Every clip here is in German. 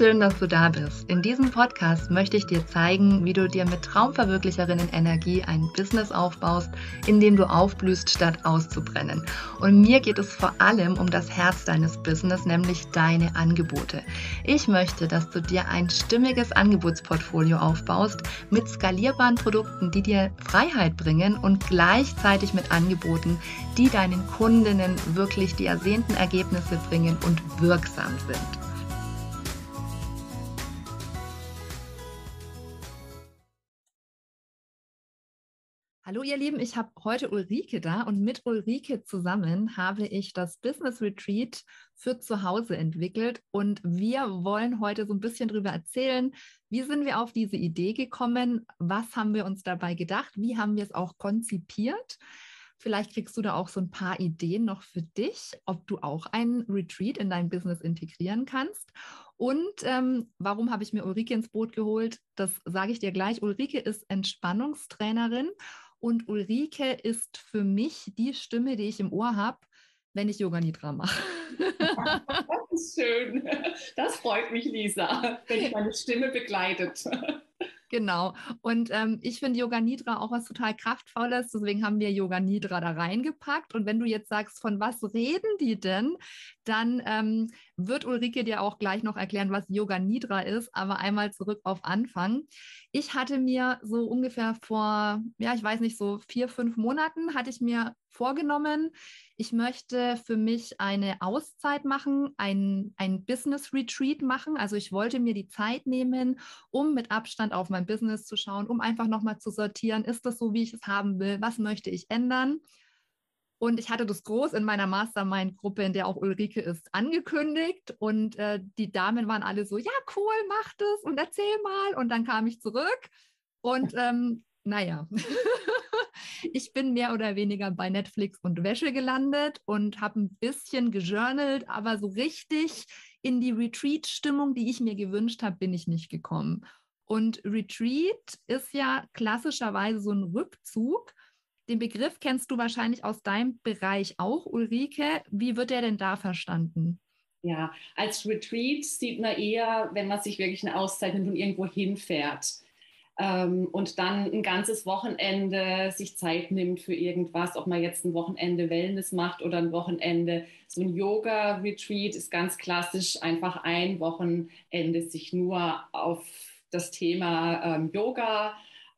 schön, dass du da bist. In diesem Podcast möchte ich dir zeigen, wie du dir mit Traumverwirklicherinnen-Energie ein Business aufbaust, in dem du aufblühst, statt auszubrennen. Und mir geht es vor allem um das Herz deines Business, nämlich deine Angebote. Ich möchte, dass du dir ein stimmiges Angebotsportfolio aufbaust mit skalierbaren Produkten, die dir Freiheit bringen und gleichzeitig mit Angeboten, die deinen Kundinnen wirklich die ersehnten Ergebnisse bringen und wirksam sind. Hallo ihr Lieben, ich habe heute Ulrike da und mit Ulrike zusammen habe ich das Business Retreat für zu Hause entwickelt und wir wollen heute so ein bisschen darüber erzählen, wie sind wir auf diese Idee gekommen, was haben wir uns dabei gedacht, wie haben wir es auch konzipiert. Vielleicht kriegst du da auch so ein paar Ideen noch für dich, ob du auch ein Retreat in dein Business integrieren kannst. Und warum habe ich mir Ulrike ins Boot geholt? Das sage ich dir gleich. Ulrike ist Entspannungstrainerin und Ulrike ist für mich die Stimme, die ich im Ohr habe, wenn ich Yoga Nidra mache. Das ist schön. Das freut mich, Lisa, wenn dich meine Stimme begleitet. Genau. Und ich finde Yoga Nidra auch was total Kraftvolles. Deswegen haben wir Yoga Nidra da reingepackt. Und wenn du jetzt sagst, von was reden die denn, dann wird Ulrike dir auch gleich noch erklären, was Yoga Nidra ist. Aber einmal zurück auf Anfang. Ich hatte mir so ungefähr vor, ja, ich weiß nicht, so 4, 5 Monaten hatte ich mir vorgenommen, ich möchte für mich eine Auszeit machen, ein Business Retreat machen. Also ich wollte mir die Zeit nehmen, um mit Abstand auf mein Business zu schauen, um einfach nochmal zu sortieren, ist das so, wie ich es haben will, was möchte ich ändern? Und ich hatte das groß in meiner Mastermind-Gruppe, in der auch Ulrike ist, angekündigt. Und die Damen waren alle so, ja, cool, mach das und erzähl mal. Und dann kam ich zurück und naja, ich bin mehr oder weniger bei Netflix und Wäsche gelandet und habe ein bisschen gejournalt, aber so richtig in die Retreat-Stimmung, die ich mir gewünscht habe, bin ich nicht gekommen. Und Retreat ist ja klassischerweise so ein Rückzug. Den Begriff kennst du wahrscheinlich aus deinem Bereich auch, Ulrike. Wie wird der denn da verstanden? Ja, als Retreat sieht man eher, wenn man sich wirklich eine Auszeit nimmt und irgendwo hinfährt. Und dann ein ganzes Wochenende sich Zeit nimmt für irgendwas, ob man jetzt ein Wochenende Wellness macht oder ein Wochenende, so ein Yoga-Retreat ist ganz klassisch, einfach ein Wochenende sich nur auf das Thema Yoga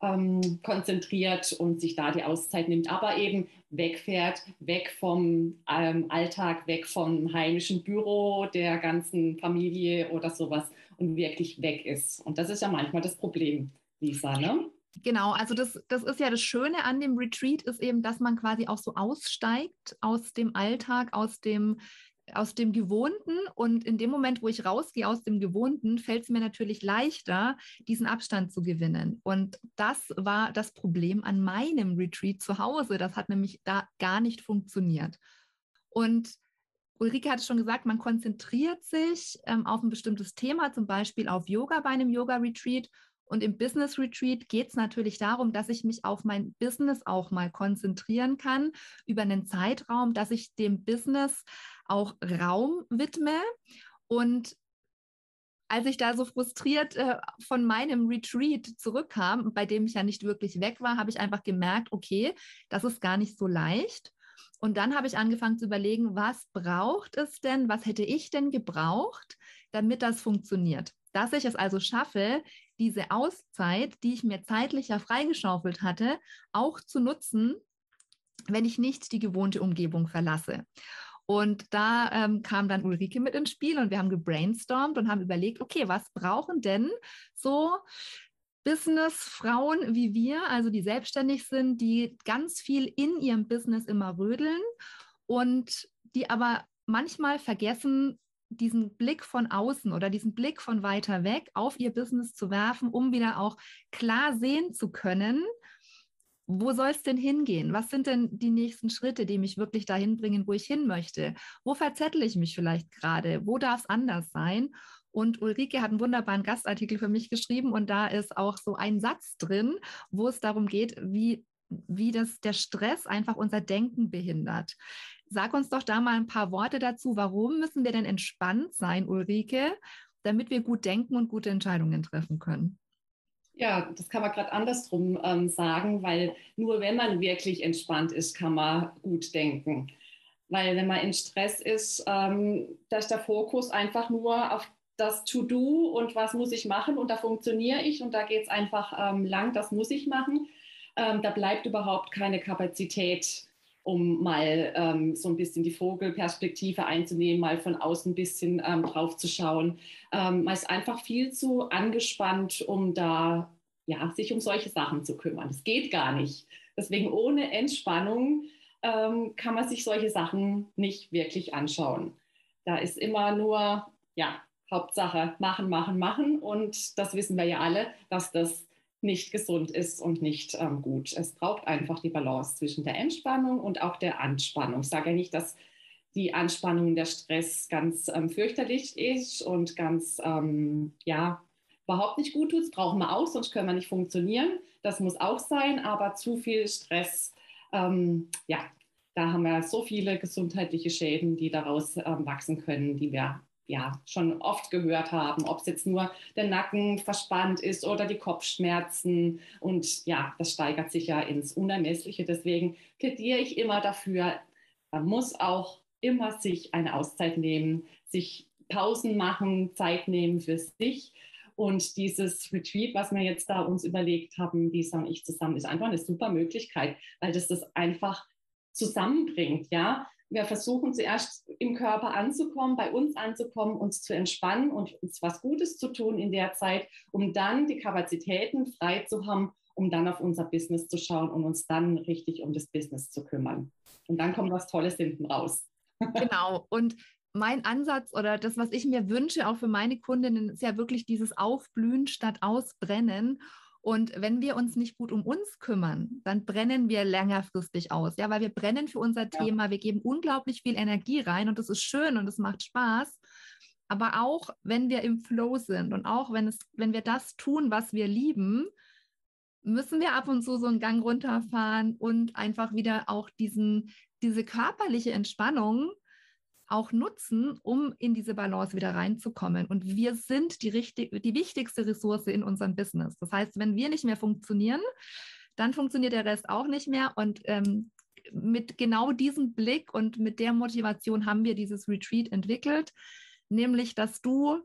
konzentriert und sich da die Auszeit nimmt, aber eben wegfährt, weg vom Alltag, weg vom heimischen Büro der ganzen Familie oder sowas und wirklich weg ist. Und das ist ja manchmal das Problem, Lisa, ne? Genau, also das ist ja das Schöne an dem Retreat, ist eben, dass man quasi auch so aussteigt aus dem Alltag, aus dem Gewohnten. Und in dem Moment, wo ich rausgehe aus dem Gewohnten, fällt es mir natürlich leichter, diesen Abstand zu gewinnen. Und das war das Problem an meinem Retreat zu Hause. Das hat nämlich da gar nicht funktioniert. Und Ulrike hat es schon gesagt, man konzentriert sich auf ein bestimmtes Thema, zum Beispiel auf Yoga bei einem Yoga-Retreat. Und im Business Retreat geht es natürlich darum, dass ich mich auf mein Business auch mal konzentrieren kann über einen Zeitraum, dass ich dem Business auch Raum widme. Und als ich da so frustriert von meinem Retreat zurückkam, bei dem ich ja nicht wirklich weg war, habe ich einfach gemerkt, okay, das ist gar nicht so leicht. Und dann habe ich angefangen zu überlegen, was braucht es denn, was hätte ich denn gebraucht, damit das funktioniert. Dass ich es also schaffe, diese Auszeit, die ich mir zeitlich ja freigeschaufelt hatte, auch zu nutzen, wenn ich nicht die gewohnte Umgebung verlasse. Und da kam dann Ulrike mit ins Spiel und wir haben gebrainstormt und haben überlegt, okay, was brauchen denn so Businessfrauen wie wir, also die selbstständig sind, die ganz viel in ihrem Business immer rödeln und die aber manchmal vergessen, diesen Blick von außen oder diesen Blick von weiter weg auf ihr Business zu werfen, um wieder auch klar sehen zu können, wo soll es denn hingehen? Was sind denn die nächsten Schritte, die mich wirklich dahin bringen, wo ich hin möchte? Wo verzettle ich mich vielleicht gerade? Wo darf es anders sein? Und Ulrike hat einen wunderbaren Gastartikel für mich geschrieben und da ist auch so ein Satz drin, wo es darum geht, wie der Stress einfach unser Denken behindert. Sag uns doch da mal ein paar Worte dazu. Warum müssen wir denn entspannt sein, Ulrike, damit wir gut denken und gute Entscheidungen treffen können. Ja, das kann man gerade andersrum sagen, weil nur wenn man wirklich entspannt ist, kann man gut denken. Weil wenn man in Stress ist, da ist der Fokus einfach nur auf das To-Do und was muss ich machen und da funktioniere ich und da geht es einfach lang, das muss ich machen. Da bleibt überhaupt keine Kapazität, um mal so ein bisschen die Vogelperspektive einzunehmen, mal von außen ein bisschen drauf zu schauen. Man ist einfach viel zu angespannt, um da ja, sich um solche Sachen zu kümmern. Das geht gar nicht. Deswegen ohne Entspannung kann man sich solche Sachen nicht wirklich anschauen. Da ist immer nur, ja, Hauptsache machen, machen, machen. Und das wissen wir ja alle, dass das nicht gesund ist und nicht gut. Es braucht einfach die Balance zwischen der Entspannung und auch der Anspannung. Ich sage ja nicht, dass die Anspannung, der Stress ganz fürchterlich ist und ganz, ja, überhaupt nicht gut tut. Das brauchen wir auch, sonst können wir nicht funktionieren. Das muss auch sein, aber zu viel Stress, ja, da haben wir so viele gesundheitliche Schäden, die daraus wachsen können, die wir ja schon oft gehört haben, ob es jetzt nur der Nacken verspannt ist oder die Kopfschmerzen. Und ja, das steigert sich ja ins Unermessliche. Deswegen plädiere ich immer dafür, man muss auch immer sich eine Auszeit nehmen, sich Pausen machen, Zeit nehmen für sich. Und dieses Retreat, was wir jetzt da uns überlegt haben, Lisa und ich zusammen, ist einfach eine super Möglichkeit, weil das einfach zusammenbringt, ja. Wir versuchen zuerst im Körper anzukommen, bei uns anzukommen, uns zu entspannen und uns was Gutes zu tun in der Zeit, um dann die Kapazitäten frei zu haben, um dann auf unser Business zu schauen und uns dann richtig um das Business zu kümmern. Und dann kommt was Tolles hinten raus. Genau. Und mein Ansatz oder das, was ich mir wünsche, auch für meine Kundinnen, ist ja wirklich dieses Aufblühen statt Ausbrennen. Und wenn wir uns nicht gut um uns kümmern, dann brennen wir längerfristig aus. Ja, weil wir brennen für unser Ja. Thema, wir geben unglaublich viel Energie rein und das ist schön und es macht Spaß. Aber auch wenn wir im Flow sind und auch wenn wir das tun, was wir lieben, müssen wir ab und zu so einen Gang runterfahren und einfach wieder auch diese körperliche Entspannung auch nutzen, um in diese Balance wieder reinzukommen. Und wir sind die wichtigste Ressource in unserem Business. Das heißt, wenn wir nicht mehr funktionieren, dann funktioniert der Rest auch nicht mehr. Und mit genau diesem Blick und mit der Motivation haben wir dieses Retreat entwickelt, nämlich, dass du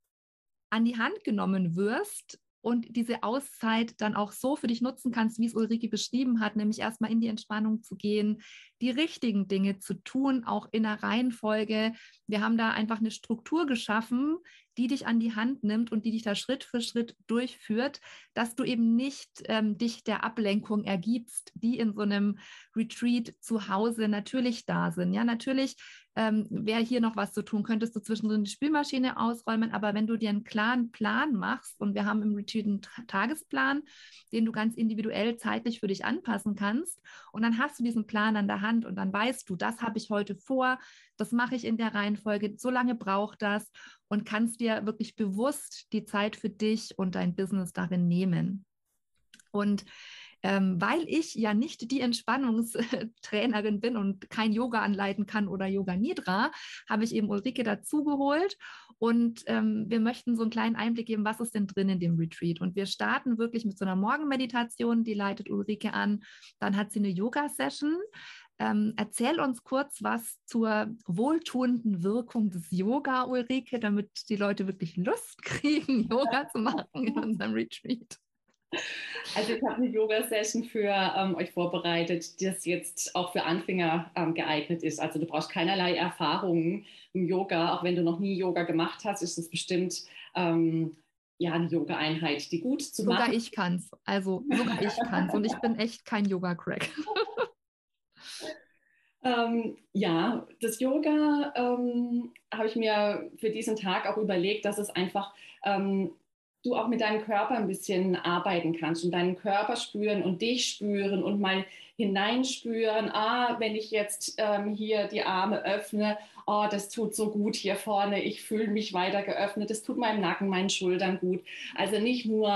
an die Hand genommen wirst und diese Auszeit dann auch so für dich nutzen kannst, wie es Ulrike beschrieben hat, nämlich erstmal in die Entspannung zu gehen, die richtigen Dinge zu tun, auch in der Reihenfolge. Wir haben da einfach eine Struktur geschaffen, die dich an die Hand nimmt und die dich da Schritt für Schritt durchführt, dass du eben nicht dich der Ablenkung ergibst, die in so einem Retreat zu Hause natürlich da sind. Ja, natürlich wäre hier noch was zu tun, könntest du zwischendrin die Spülmaschine ausräumen, aber wenn du dir einen klaren Plan machst und wir haben im Retreat einen Tagesplan, den du ganz individuell zeitlich für dich anpassen kannst und dann hast du diesen Plan an der Hand und dann weißt du, das habe ich heute vor, das mache ich in der Reihenfolge, so lange braucht das und kannst dir wirklich bewusst die Zeit für dich und dein Business darin nehmen. Und weil ich ja nicht die Entspannungstrainerin bin und kein Yoga anleiten kann oder Yoga Nidra, habe ich eben Ulrike dazugeholt und wir möchten so einen kleinen Einblick geben, was ist denn drin in dem Retreat. Und wir starten wirklich mit so einer Morgenmeditation, die leitet Ulrike an. Dann hat sie eine Yoga-Session. Erzähl uns kurz was zur wohltuenden Wirkung des Yoga, Ulrike, damit die Leute wirklich Lust kriegen, Yoga zu machen in unserem Retreat. Also ich habe eine Yoga-Session für euch vorbereitet, die jetzt auch für Anfänger geeignet ist. Also du brauchst keinerlei Erfahrungen im Yoga. Auch wenn du noch nie Yoga gemacht hast, ist es bestimmt ja, eine Yoga-Einheit, die gut zu Sogar machen. ich kann's. Also sogar ich kann's. Und ich bin echt kein Yoga-Crack. Ja, das Yoga habe ich mir für diesen Tag auch überlegt, dass es einfach du auch mit deinem Körper ein bisschen arbeiten kannst und deinen Körper spüren und dich spüren und mal hineinspüren, wenn ich jetzt hier die Arme öffne, oh, das tut so gut hier vorne, ich fühle mich weiter geöffnet, das tut meinem Nacken, meinen Schultern gut. Also nicht nur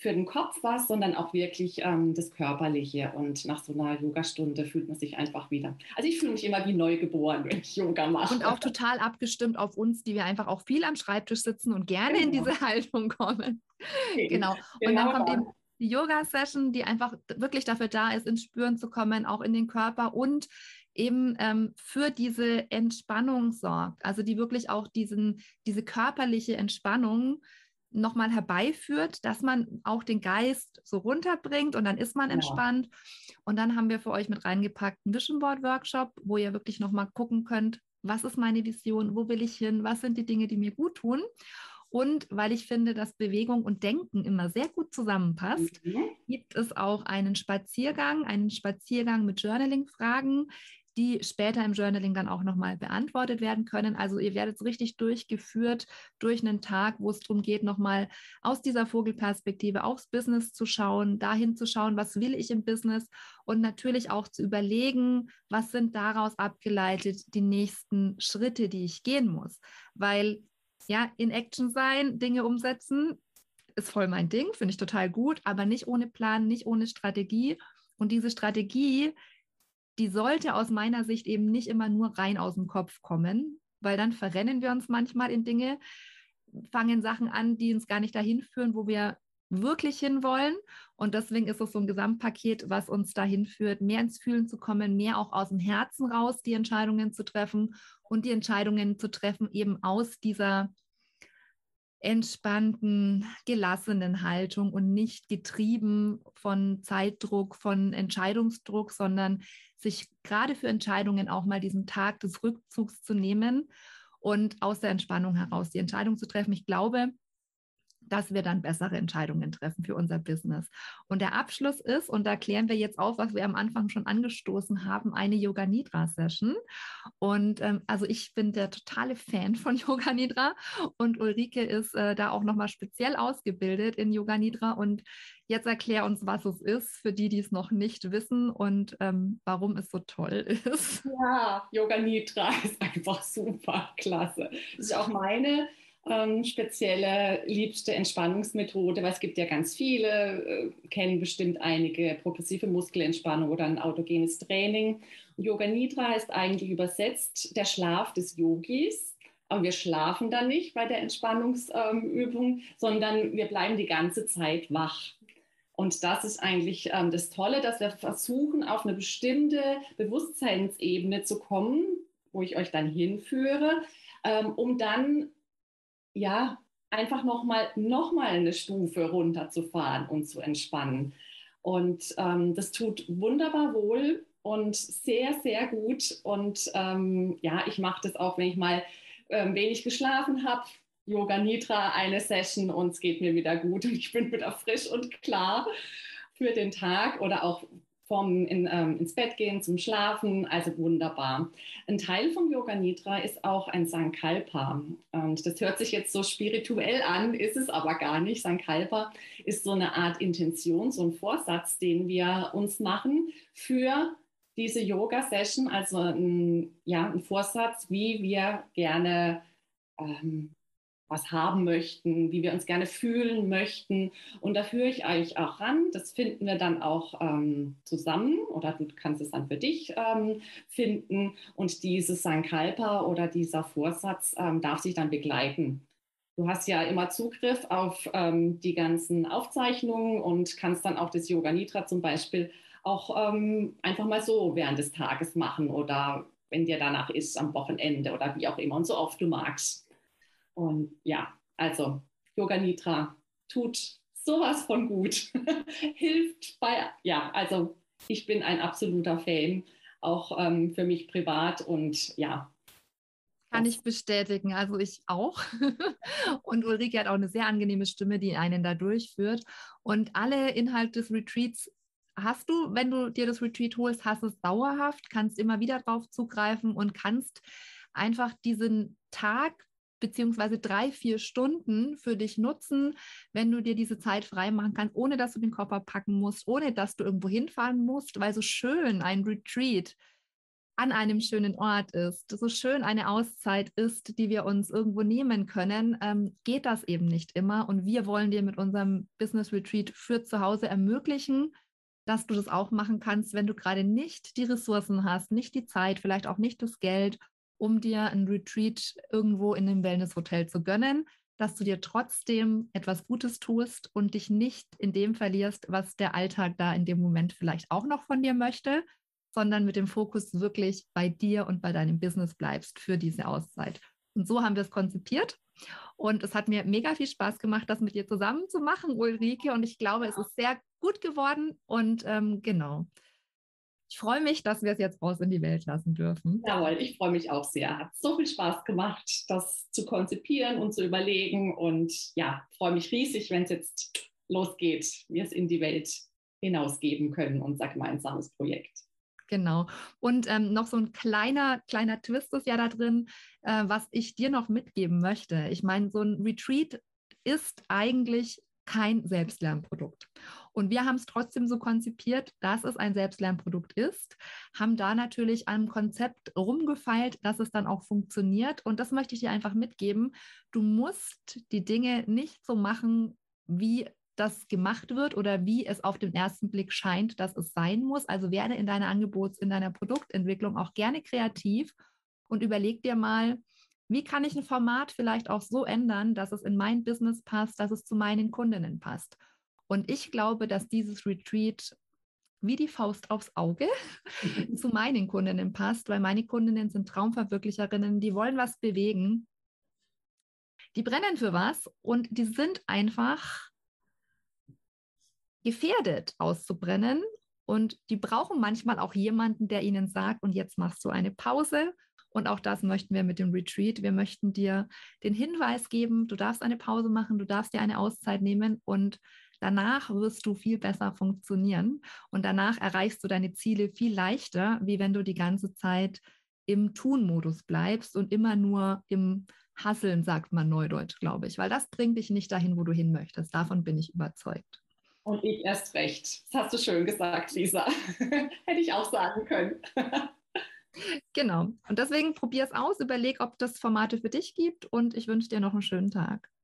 für den Kopf was, sondern auch wirklich das Körperliche. Und nach so einer Yogastunde fühlt man sich einfach wieder. Also ich fühle mich immer wie neugeboren, wenn ich Yoga Und mache. auch total abgestimmt auf uns, die wir einfach auch viel am Schreibtisch sitzen und gerne in Genau. diese Haltung kommen. Eben. Genau. Und dann Genau kommt das. eben die Yoga-Session, die einfach wirklich dafür da ist, ins Spüren zu kommen, auch in den Körper und eben für diese Entspannung sorgt. Also die wirklich auch diese körperliche Entspannung nochmal herbeiführt, dass man auch den Geist so runterbringt und dann ist man Genau. entspannt. Und dann haben wir für euch mit reingepackt einen Vision Board Workshop, wo ihr wirklich nochmal gucken könnt, was ist meine Vision, wo will ich hin, was sind die Dinge, die mir gut tun. Und weil ich finde, dass Bewegung und Denken immer sehr gut zusammenpasst, Mhm. gibt es auch einen Spaziergang mit Journaling-Fragen, die später im Journaling dann auch nochmal beantwortet werden können. Also ihr werdet richtig durchgeführt durch einen Tag, wo es darum geht, nochmal aus dieser Vogelperspektive aufs Business zu schauen, dahin zu schauen, was will ich im Business und natürlich auch zu überlegen, was sind daraus abgeleitet die nächsten Schritte, die ich gehen muss. Weil ja, in Action sein, Dinge umsetzen, ist voll mein Ding, finde ich total gut, aber nicht ohne Plan, nicht ohne Strategie. Und diese Strategie, die sollte aus meiner Sicht eben nicht immer nur rein aus dem Kopf kommen, weil dann verrennen wir uns manchmal in Dinge, fangen Sachen an, die uns gar nicht dahin führen, wo wir wirklich hinwollen. Und deswegen ist es so ein Gesamtpaket, was uns dahin führt, mehr ins Fühlen zu kommen, mehr auch aus dem Herzen raus die Entscheidungen zu treffen und die Entscheidungen zu treffen eben aus dieser entspannten, gelassenen Haltung und nicht getrieben von Zeitdruck, von Entscheidungsdruck, sondern sich gerade für Entscheidungen auch mal diesen Tag des Rückzugs zu nehmen und aus der Entspannung heraus die Entscheidung zu treffen. Ich glaube, dass wir dann bessere Entscheidungen treffen für unser Business. Und der Abschluss ist, und da klären wir jetzt auf, was wir am Anfang schon angestoßen haben, eine Yoga Nidra Session. Und also ich bin der totale Fan von Yoga Nidra und Ulrike ist da auch nochmal speziell ausgebildet in Yoga Nidra. Und jetzt erklär uns, was es ist, für die, die es noch nicht wissen und warum es so toll ist. Ja, Yoga Nidra ist einfach super klasse. Das ist auch meine spezielle, liebste Entspannungsmethode, weil es gibt ja ganz viele, kennen bestimmt einige progressive Muskelentspannung oder ein autogenes Training. Und Yoga Nidra heißt eigentlich übersetzt der Schlaf des Yogis. Aber wir schlafen dann nicht bei der Entspannungsübung, sondern wir bleiben die ganze Zeit wach. Und das ist eigentlich das Tolle, dass wir versuchen, auf eine bestimmte Bewusstseinsebene zu kommen, wo ich euch dann hinführe, um dann ja einfach noch mal eine Stufe runterzufahren und zu entspannen. Und das tut wunderbar wohl und sehr, sehr gut. Und ja, ich mache das auch, wenn ich mal wenig geschlafen habe. Yoga Nidra, eine Session und es geht mir wieder gut und ich bin wieder frisch und klar für den Tag oder auch ins Bett gehen, zum Schlafen. Also wunderbar. Ein Teil vom Yoga Nidra ist auch ein Sankalpa. Und das hört sich jetzt so spirituell an, ist es aber gar nicht. Sankalpa ist so eine Art Intention, so ein Vorsatz, den wir uns machen für diese Yoga-Session. Also ein Vorsatz, wie wir gerne was haben möchten, wie wir uns gerne fühlen möchten. Und da führe ich eigentlich auch ran. Das finden wir dann auch zusammen oder du kannst es dann für dich finden. Und dieses Sankalpa oder dieser Vorsatz darf sich dann begleiten. Du hast ja immer Zugriff auf die ganzen Aufzeichnungen und kannst dann auch das Yoga Nidra zum Beispiel auch einfach mal so während des Tages machen oder wenn dir danach ist am Wochenende oder wie auch immer und so oft du magst. Und ja, also Yoga Nidra tut sowas von gut. Hilft bei, ja, also ich bin ein absoluter Fan, auch für mich privat und ja, Kann das. ich bestätigen. Also ich auch. Und Ulrike hat auch eine sehr angenehme Stimme, die einen da durchführt. Und alle Inhalte des Retreats hast du, wenn du dir das Retreat holst, hast es dauerhaft, kannst immer wieder drauf zugreifen und kannst einfach diesen Tag beziehungsweise 3, 4 Stunden für dich nutzen, wenn du dir diese Zeit freimachen kannst, ohne dass du den Koffer packen musst, ohne dass du irgendwo hinfahren musst, weil so schön ein Retreat an einem schönen Ort ist, so schön eine Auszeit ist, die wir uns irgendwo nehmen können, geht das eben nicht immer. Und wir wollen dir mit unserem Business Retreat für zu Hause ermöglichen, dass du das auch machen kannst, wenn du gerade nicht die Ressourcen hast, nicht die Zeit, vielleicht auch nicht das Geld, um dir ein Retreat irgendwo in einem Wellnesshotel zu gönnen, dass du dir trotzdem etwas Gutes tust und dich nicht in dem verlierst, was der Alltag da in dem Moment vielleicht auch noch von dir möchte, sondern mit dem Fokus wirklich bei dir und bei deinem Business bleibst für diese Auszeit. Und so haben wir es konzipiert. Und es hat mir mega viel Spaß gemacht, das mit dir zusammen zu machen, Ulrike. Und ich glaube, es ist sehr gut geworden. Und genau. Ich freue mich, dass wir es jetzt raus in die Welt lassen dürfen. Jawohl, ich freue mich auch sehr. Hat so viel Spaß gemacht, das zu konzipieren und zu überlegen. Und ja, freue mich riesig, wenn es jetzt losgeht, wir es in die Welt hinausgeben können, unser gemeinsames Projekt. Genau. Und noch so ein kleiner Twist ist ja da drin, was ich dir noch mitgeben möchte. Ich meine, so ein Retreat ist eigentlich kein Selbstlernprodukt. Und wir haben es trotzdem so konzipiert, dass es ein Selbstlernprodukt ist, haben da natürlich am Konzept rumgefeilt, dass es dann auch funktioniert. Und das möchte ich dir einfach mitgeben. Du musst die Dinge nicht so machen, wie das gemacht wird oder wie es auf den ersten Blick scheint, dass es sein muss. Also werde in deiner in deiner Produktentwicklung auch gerne kreativ und überleg dir mal, wie kann ich ein Format vielleicht auch so ändern, dass es in mein Business passt, dass es zu meinen Kundinnen passt. Und ich glaube, dass dieses Retreat wie die Faust aufs Auge zu meinen Kundinnen passt, weil meine Kundinnen sind Traumverwirklicherinnen, die wollen was bewegen, die brennen für was und die sind einfach gefährdet auszubrennen. Und die brauchen manchmal auch jemanden, der ihnen sagt, und jetzt machst du eine Pause. Und auch das möchten wir mit dem Retreat. Wir möchten dir den Hinweis geben, du darfst eine Pause machen, du darfst dir eine Auszeit nehmen und danach wirst du viel besser funktionieren. Und danach erreichst du deine Ziele viel leichter, wie wenn du die ganze Zeit im Tun-Modus bleibst und immer nur im Hasseln, sagt man neudeutsch, glaube ich, weil das bringt dich nicht dahin, wo du hin möchtest. Davon bin ich überzeugt. Und ich erst recht. Das hast du schön gesagt, Lisa. Hätte ich auch sagen können. Genau. Und deswegen probier es aus, überleg, ob das Formate für dich gibt und ich wünsche dir noch einen schönen Tag.